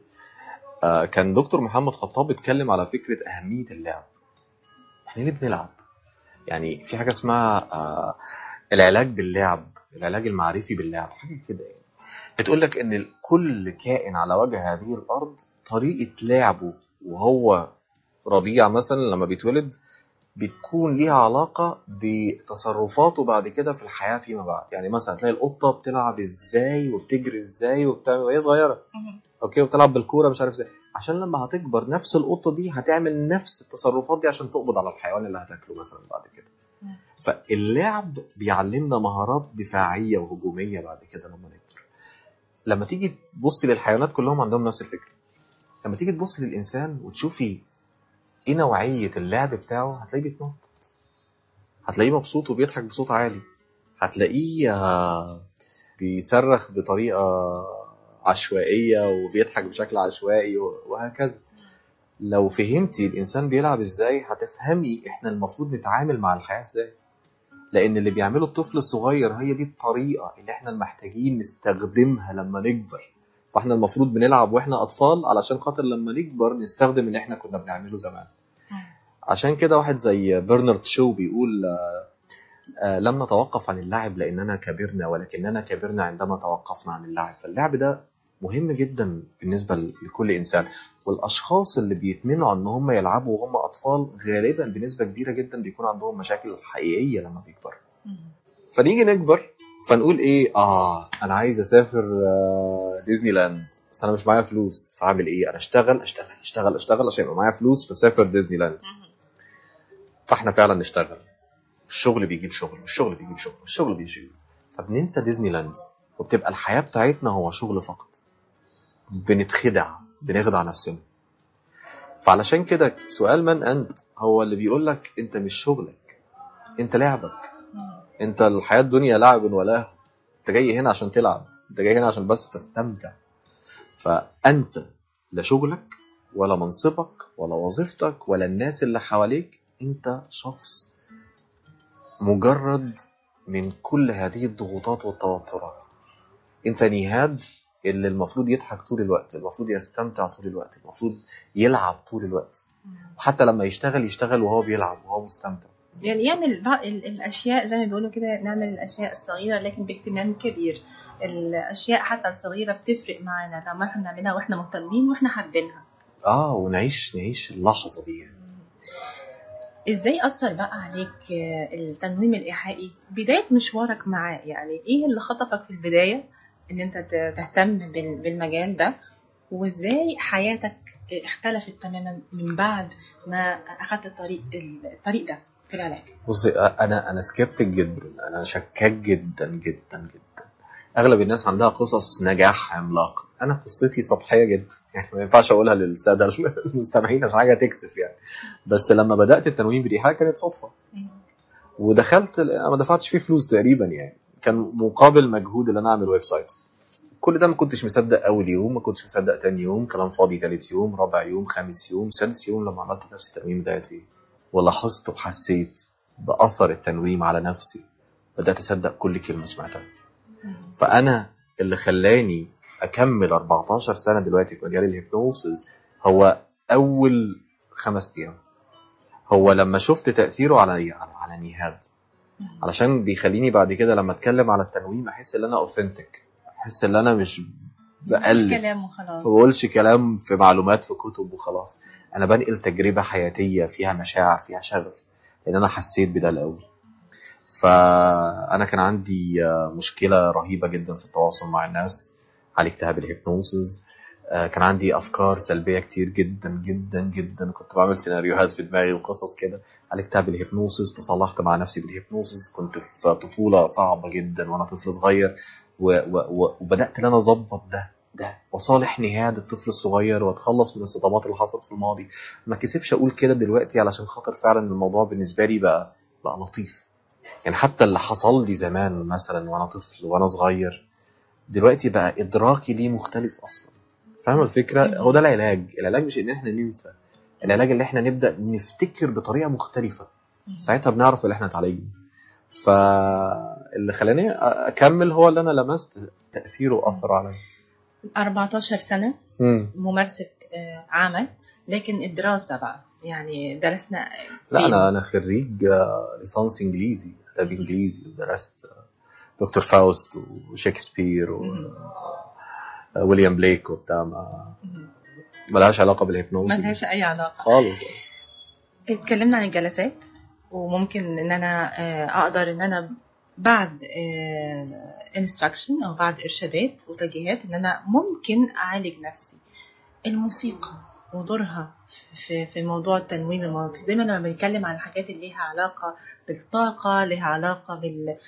كان دكتور محمد خطاب اتكلم على فكرة أهمية اللعب. احنا ليه بنلعب؟ يعني في حاجة اسمها العلاج باللعب، العلاج المعرفي باللعب، حاجة كده يعني. بتقول لك ان كل كائن على وجه هذه الارض طريقة لعبه وهو رضيع مثلا لما بيتولد بتكون ليها علاقة بتصرفاته بعد كده في الحياة فيما بعد. يعني مثلا تلاقي القطة بتلعب ازاي وبتجري ازاي وبتعمل وهي صغيرة، اوكي، وبتلعب بالكورة مش عارف ازاي، عشان لما هتكبر نفس القطة دي هتعمل نفس التصرفات دي عشان تقبض على الحيوان اللي هتاكله مثلا بعد كده. فاللعب بيعلمنا مهارات دفاعية وهجومية بعد كده لما نكبر. لما تيجي تبص للحيوانات كلهم عندهم نفس الفكرة. لما تيجي تبص للإنسان وتشوفي ايه نوعية اللعب بتاعه، هتلاقيه بيتنطط، هتلاقيه مبسوط وبيضحك بصوت عالي، هتلاقيه بيصرخ بطريقة عشوائية وبيضحك بشكل عشوائي وهكذا. لو فهمتي الإنسان بيلعب ازاي هتفهمي احنا المفروض نتعامل مع الحياة ازاي، لأن اللي بيعمله الطفل الصغير هي دي الطريقة اللي احنا محتاجين نستخدمها لما نكبر. فاحنا المفروض بنلعب واحنا أطفال علشان خاطر لما نكبر نستخدم اللي احنا كنا بنعمله زمان. عشان كده واحد زي برنارد شو بيقول لم نتوقف عن اللعب لأننا كبرنا، ولكننا كبرنا عندما توقفنا عن اللعب. فاللعب ده مهم جدا بالنسبة لكل إنسان. والأشخاص اللي بيتمنوا أن هم يلعبوا وهم أطفال غالبا بنسبة كبيرة جدا بيكون عندهم مشاكل حقيقية لما بيكبر. فنيجي نكبر فنقول إيه، أنا عايز أسافر ديزني لاند بس أنا مش معايا فلوس، فعمل إيه؟ أنا أشتغل عشان يبقى معايا فلوس فسافر ديزني لاند. فإحنا فعلا نشتغل، الشغل بيجيب شغل والشغل بيجيب شغل والشغل بيجيب شغل، فبننسى ديزني لاند وبتبقى الحياة بتاعتنا هو شغل فقط. بنخدع نفسنا. فعلشان كده سؤال من أنت هو اللي بيقول لك أنت مش شغلك، أنت لعبك. أنت الحياة الدنيا لعب ولا أنت جاي هنا عشان تلعب، أنت جاي هنا عشان بس تستمتع. فأنت لا شغلك ولا منصبك ولا وظيفتك ولا الناس اللي حواليك، أنت شخص مجرد من كل هذه الضغوطات والتوترات. انت نهاد اللي المفروض يضحك طول الوقت، المفروض يستمتع طول الوقت، المفروض يلعب طول الوقت، وحتى لما يشتغل وهو بيلعب وهو مستمتع. يعني يعمل الأشياء زي ما بيقولوا كده، نعمل الأشياء الصغيرة لكن باهتمام كبير. الأشياء حتى الصغيرة بتفرق معنا لما احنا نعملها واحنا مهتمين واحنا حابينها. ونعيش اللحظة دي. ازاي أثر بقى عليك التنويم الإيحائي بداية مشوارك معاه؟ يعني ايه اللي خطفك في البداية ان انت تهتم بالمجال ده، وازاي حياتك اختلفت تماما من بعد ما اخدت الطريق ده في العلاج؟ بصي، انا سكيبتك جدا، انا شكاك جدا جدا جدا. اغلب الناس عندها قصص نجاح عملاقه، انا قصتي سطحيه جدا، يعني ما ينفعش اقولها للساده المستمعين عشان حاجه تكسف يعني. بس لما بدات التنويم بالايحاء كانت صدفه، ودخلت ما دفعتش فيه فلوس تقريبا، يعني كان مقابل مجهود اللي انا اعمل ويب سايت. كل ده ما كنتش مصدق اول يوم، ما كنتش مصدق تاني يوم، كلام فاضي تالت يوم، رابع يوم، خامس يوم، سادس يوم لما عملت نفس التنويم ذاتي ولاحظت وحسيت بأثر التنويم على نفسي، بدأت أصدق كل كلمة سمعتها. فأنا اللي خلاني أكمل 14 سنة دلوقتي في مجال الهيبنوسيس هو أول 5 أيام، هو لما شفت تأثيره على نهاد، علشان بيخليني بعد كده لما أتكلم على التنويم أحس إن أنا أوثنتك، أحس إن أنا مش بقلب كلام وخلاص، ما بقولش كلام في معلومات في كتب وخلاص، أنا بنقل تجربة حياتية فيها مشاعر، فيها شغف، لأن أنا حسيت بده الأول. فأنا كان عندي مشكلة رهيبة جدا في التواصل مع الناس، عالجتها بالهيبنوسيس. كان عندي أفكار سلبية كتير جدا جدا جدا، كنت بعمل سيناريوهات في دماغي وقصص كده، عالجتها بالهيبنوسيس، تصالحت مع نفسي بالهيبنوسيس. كنت في طفولة صعبة جدا وأنا طفل صغير، وبدأت أن أنا أظبط ده وصالح نهاد الطفل الصغير واتخلص من الصدمات اللي حصلت في الماضي. ما كسبش أقول كده دلوقتي علشان خاطر فعلا الموضوع بالنسبة لي بقى لطيف. يعني حتى اللي حصل لي زمان مثلا وأنا طفل وأنا صغير، دلوقتي بقى إدراكي ليه مختلف أصلا. فاهم الفكرة؟ هو ده العلاج مش إن إحنا ننسى، العلاج اللي إحنا نبدأ نفتكر بطريقة مختلفة، ساعتها بنعرف اللي إحنا اتعالجنا. فاللي خلاني أكمل هو اللي أنا لمست تأثيره وأثر علي. 14 سنة ممارسة عمل، لكن الدراسة بقى يعني درسنا لا أنا خريج ليسانس إنجليزي، أدب إنجليزي، درست دكتور فاوست وشكسبير وويليام بليك وبتاع، ملهاش علاقة بالهيبنوز، ملهاش أي علاقة خالص. اتكلمنا عن الجلسات، وممكن إن أنا أقدر إن أنا بعد instruction أو بعد إرشادات وتوجيهات إن أنا ممكن أعالج نفسي. الموسيقى ودورها في موضوع التنويم المغناطيسي، دايما لما بنتكلم عن الحاجات اللي لها علاقة بالطاقة، لها علاقة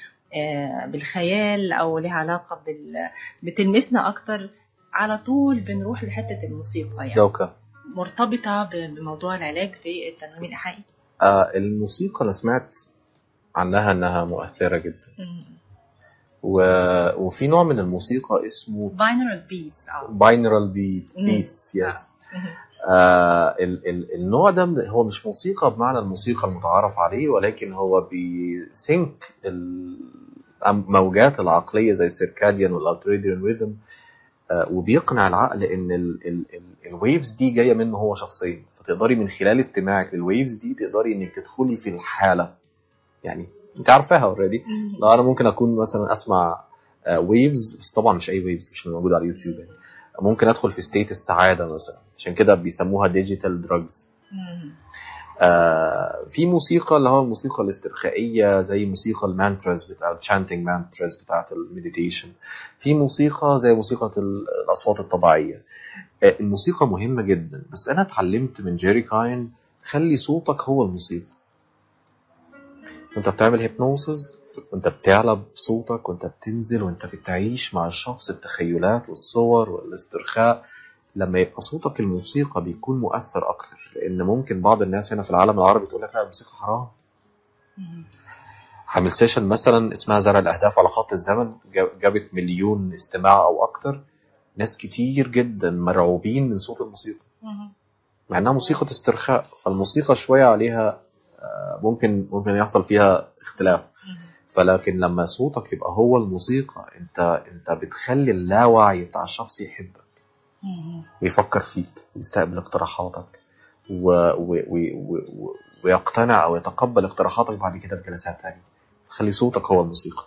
بالخيال، أو لها علاقة بتلمسنا أكتر، على طول بنروح لحتة الموسيقى. يعني جوكا مرتبطة بموضوع العلاج في التنويم الإيحائي. الموسيقى أنا سمعت عنها أنها مؤثرة جدا، وفي نوع من الموسيقى اسمه binaural beats yes. النوع ده هو مش موسيقى بمعنى الموسيقى المتعارف عليه، ولكن هو بيسينك الموجات العقلية زي السيركاديان والالتريديان ريذم، وبيقنع العقل ان الويفز دي جاية منه هو شخصيا. فتقدري من خلال استماعك للويفز دي تقدري انك تدخلي في الحالة، يعني انت عارفاها اوريدي. لا انا ممكن اكون مثلا اسمع ويفز، بس طبعا مش اي ويفز، مش موجود على اليوتيوب، يعني ممكن ادخل في ستيت السعاده مثلا، عشان كده بيسموها ديجيتال دراجز. في موسيقى اللي هو الموسيقى الاسترخائيه زي موسيقى المانتراز بتاع الشانتنج مانتراز بتاعه المديتيشن، في موسيقى زي موسيقى الاصوات الطبيعيه. الموسيقى مهمه جدا، بس انا اتعلمت من جيري كاين خلي صوتك هو الموسيقى. وانت بتعمل هيبنوسيس، وانت بتعلى بصوتك، وانت بتنزل، وانت بتعيش مع الشخص التخيلات والصور والاسترخاء، لما يبقى صوتك الموسيقى بيكون مؤثر اكتر. لان ممكن بعض الناس هنا في العالم العربي تقول لك لا الموسيقى حرام. عامل سيشن مثلا اسمها زرع الاهداف على خط الزمن، جابت 1,000,000 استماع او اكتر. ناس كتير جدا مرعوبين من صوت الموسيقى، مع انها موسيقى استرخاء. فالموسيقى شوية عليها ممكن يحصل فيها اختلاف. فلكن لما صوتك يبقى هو الموسيقى، انت بتخلي اللاوعي بتاع الشخص يحبك ويفكر فيك ويستقبل اقتراحاتك ويقتنع او يتقبل اقتراحاتك بعد كده في جلسات تانية. خلي صوتك هو الموسيقى.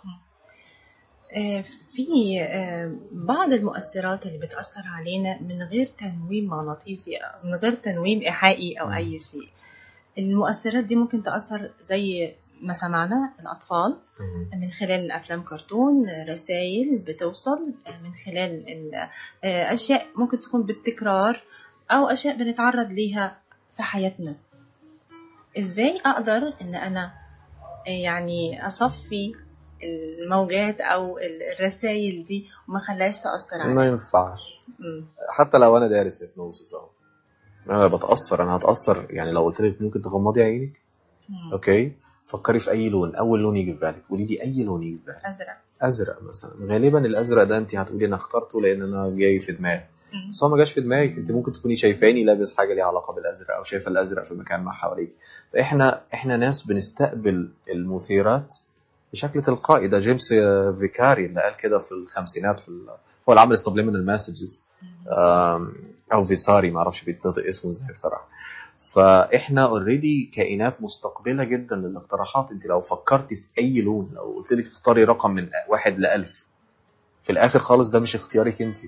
في بعض المؤثرات اللي بتأثر علينا من غير تنويم مغناطيسي أو من غير تنويم إيحائي أو أي شيء. المؤثرات دي ممكن تأثر زي ما سمعنا الأطفال من خلال الأفلام كرتون، رسائل بتوصل من خلال أشياء ممكن تكون بالتكرار أو أشياء بنتعرض ليها في حياتنا. إزاي أقدر إن أنا يعني أصفي الموجات أو الرسائل دي وما خلاش تأثر علينا؟ ما ينفعش. حتى لو أنا دارس هيبنوسيس أنا بتأثر، أنا هتأثر. يعني لو قلت لك ممكن تغمضي عينك، أوكي، فكري في أي لون، أول لون يجي في بالك، قولي لي أي لون يجي في بالك. أزرق مثلا. غالبا الأزرق ده أنت هتقولي أنا اخترته لأن أنا جاي في دماغي، بس هو ما جاش في دماغك. أنت ممكن تكوني شايفاني لابس حاجة ليها علاقة بالأزرق أو شايفة الأزرق في مكان ما حواليك. فإحنا ناس بنستقبل المثيرات بشكل تلقائي. ده جيمس فيكاري اللي قال كده في الخمسينات هو اللي عمل السبليمينال مسجز، أو فيساري، ما أعرفش بيتنطق اسمه إزاي بصراحة. فإحنا اوريدي كائنات مستقبلة جدا للاقتراحات. أنت لو فكرتي في أي لون، لو قلت لك اختاري رقم من 1 ل 1000، في الآخر خالص ده مش اختيارك أنت،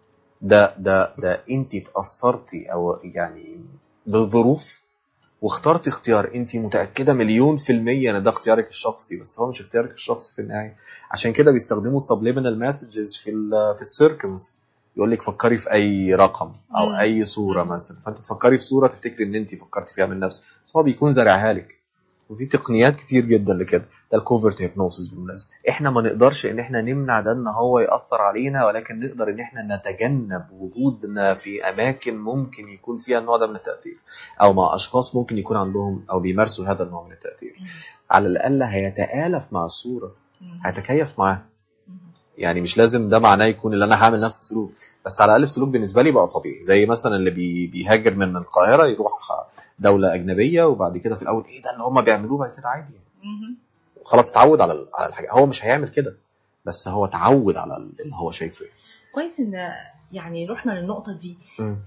ده أنت تأثرتي أو يعني بالظروف واخترتي اختيار أنت متأكدة 1,000,000% أن ده اختيارك الشخصي، بس هو مش اختيارك الشخصي في النهاية. عشان كده بيستخدموا subliminal messages في السيركمز. يقول لك فكري في أي رقم أو أي صورة مثلا، فأنت تفكري في صورة تفتكري أن أنت فكرتي فيها من نفسك، بس هو بيكون زرعها لك. وفي تقنيات كتير جدا لكده. ده الكوفرت هيبنوسيس بالمناسبة. إحنا ما نقدرش إن إحنا نمنع ده إن هو يأثر علينا، ولكن نقدر إن إحنا نتجنب وجودنا في أماكن ممكن يكون فيها النوع ده من التأثير، أو مع أشخاص ممكن يكون عندهم أو بيمارسوا هذا النوع من التأثير. على الأقل هيتآلف مع الصورة، هيتكيف معها. يعني مش لازم ده معناه يكون اللي أنا هعمل نفس السلوك، بس على الأقل السلوك بالنسبة لي بقى طبيعي. زي مثلا اللي بيهاجر من القاهرة يروح دولة أجنبية، وبعد كده في الأول إيه ده اللي هم بيعملوه، بعد كده عادي خلاص اتعود على الحاجة. هو مش هيعمل كده، بس هو اتعود على اللي هو شايفه. كويس إن يعني رحنا للنقطة دي.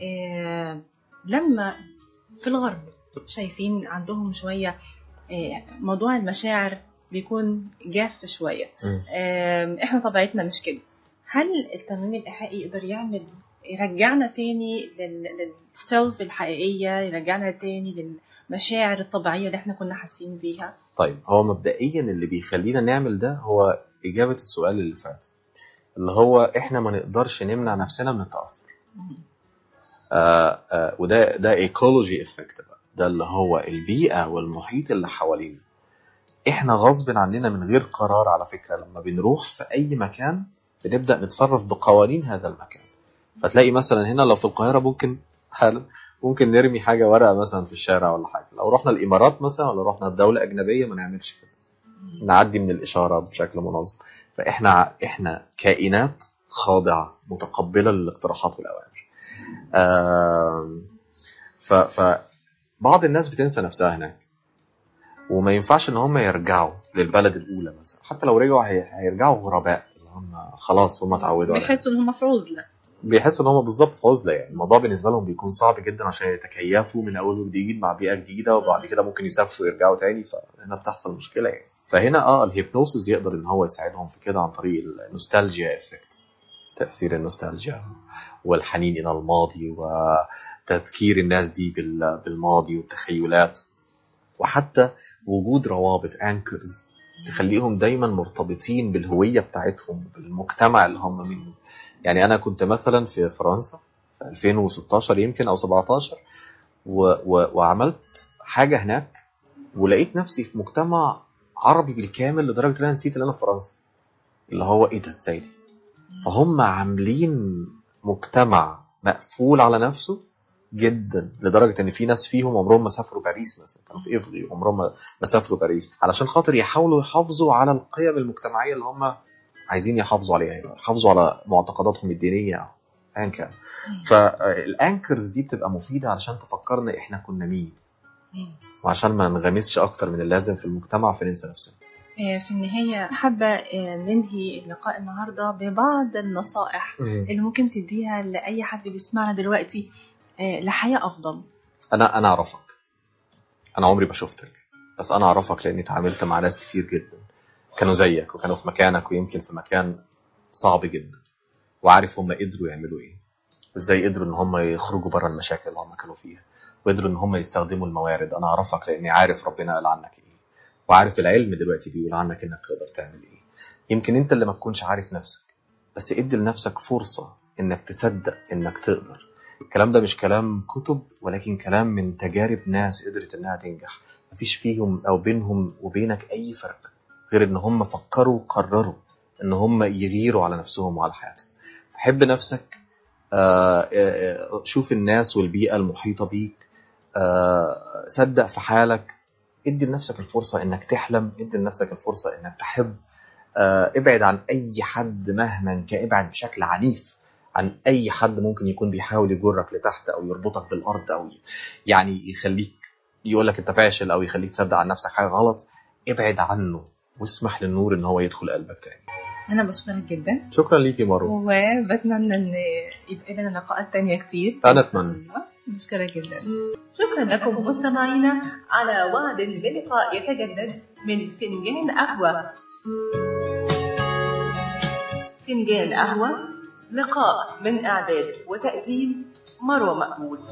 لما في الغرب شايفين عندهم شوية موضوع المشاعر بيكون جاف شوية. إحنا طبيعتنا مش كده. هل التنويم الإيحائي يقدر يرجعنا تاني للسيلف الحقيقية، يرجعنا تاني للمشاعر الطبيعية اللي احنا كنا حاسين بيها؟ طيب، هو مبدئيا اللي بيخلينا نعمل ده هو إجابة السؤال اللي فات، اللي هو احنا ما نقدرش نمنع نفسنا من التأثر. وده ايكولوجي افكت بقى، ده اللي هو البيئة والمحيط اللي حوالينا. احنا غصب عننا من غير قرار على فكرة، لما بنروح في اي مكان بنبدأ نتصرف بقوانين هذا المكان. فتلاقي مثلا هنا لو في القاهرة ممكن نرمي حاجة ورقة مثلا في الشارع ولا حاجة. لو رحنا الإمارات مثلا ولا رحنا الدولة أجنبية ما نعملش كده، نعدي من الإشارة بشكل منظم. فإحنا كائنات خاضعة متقبلة للاقتراحات والأوامر. فبعض الناس بتنسى نفسها هناك، وما ينفعش ان هم يرجعوا للبلد الأولى مثلا. حتى لو رجعوا هيرجعوا غرباء، اللي هم خلاص هم اتعودوا، بيحسوا ان هم في عزلة، بيحسوا ان هم بالظبط في عزلة. يعني الموضوع بالنسبة لهم بيكون صعب جدا عشان يتكيفوا من أول وجديد مع بيئة جديدة، وبعد كده ممكن يسافروا ويرجعوا تاني. فهنا بتحصل مشكلة يعني. فهنا الهيبنوسيس يقدر ان هو يساعدهم في كده عن طريق النوستالجيا افكت، تأثير النوستالجيا والحنين إلى الماضي وتذكير الناس دي بالماضي والتخيلات، وحتى وجود روابط anchors تخليهم دايما مرتبطين بالهوية بتاعتهم بالمجتمع اللي هم منه. يعني أنا كنت مثلا في فرنسا في 2016 يمكن أو 17 وعملت حاجة هناك، ولقيت نفسي في مجتمع عربي بالكامل لدرجة أن أنا نسيت أن أنا في فرنسا. اللي هو إيه ده إزاي دي؟ فهم عاملين مجتمع مقفول على نفسه جدا، لدرجة ان في ناس فيهم عمرهم ما سافروا باريس مثلا، كانوا في إيفلي عمرهم ما سافروا باريس، علشان خاطر يحاولوا يحافظوا على القيم المجتمعية اللي هم عايزين يحافظوا عليها، يحافظوا على معتقداتهم الدينية أيا كان. فالانكرز دي بتبقى مفيدة علشان تفكرنا احنا كنا مين، وعشان ما ننغمسش اكتر من اللازم في المجتمع فننسى نفسنا. في النهاية حابة ننهي اللقاء النهاردة ببعض النصائح اللي ممكن تديها لأي حد بيسمعنا دلوقتي لحياة أفضل. أنا أعرفك، أنا عمري ما شفتك، بس أنا أعرفك لأني تعاملت مع ناس كتير جدا كانوا زيك وكانوا في مكانك ويمكن في مكان صعب جدا، وعارف هم قدروا يعملوا إيه، إزاي قدروا إن هم يخرجوا برا المشاكل اللي هم كانوا فيها، وقدروا إن هم يستخدموا الموارد. أنا أعرفك لأني عارف ربنا قال عنك إيه، وعارف العلم دلوقتي بيقول عنك إنك تقدر تعمل إيه. يمكن أنت اللي ما تكونش عارف نفسك، بس ادي لنفسك فرصة إنك تصدق إنك تقدر. الكلام ده مش كلام كتب، ولكن كلام من تجارب ناس قدرت إنها تنجح، مفيش فيهم أو بينهم وبينك أي فرق غير إن هم فكروا وقرروا إن هم يغيروا على نفسهم وعلى حياتهم. حب نفسك، شوف الناس والبيئة المحيطة بيك، صدق في حالك، ادي لنفسك الفرصة إنك تحلم، ادي لنفسك الفرصة إنك تحب. ابعد عن أي حد مهما كان، ابعد بشكل عنيف عن أي حد ممكن يكون بيحاول يجرك لتحت أو يربطك بالأرض أو يعني يخليك يقولك أنت فاشل أو يخليك تصدق عن نفسك حاجة غلط. ابعد عنه واسمح للنور إن هو يدخل قلبك تاني. أنا بشكرك جدا. شكرا ليكي مروة، وبتمنى إن يبقى لنا لقاءات تانية كتير. أنا أتمنى. بشكرك جدا. شكرا لكم مستمعينا، على وعد بلقاء يتجدد من فنجان قهوة. فنجان قهوة، لقاء من إعداد وتقديم مروة مقبول.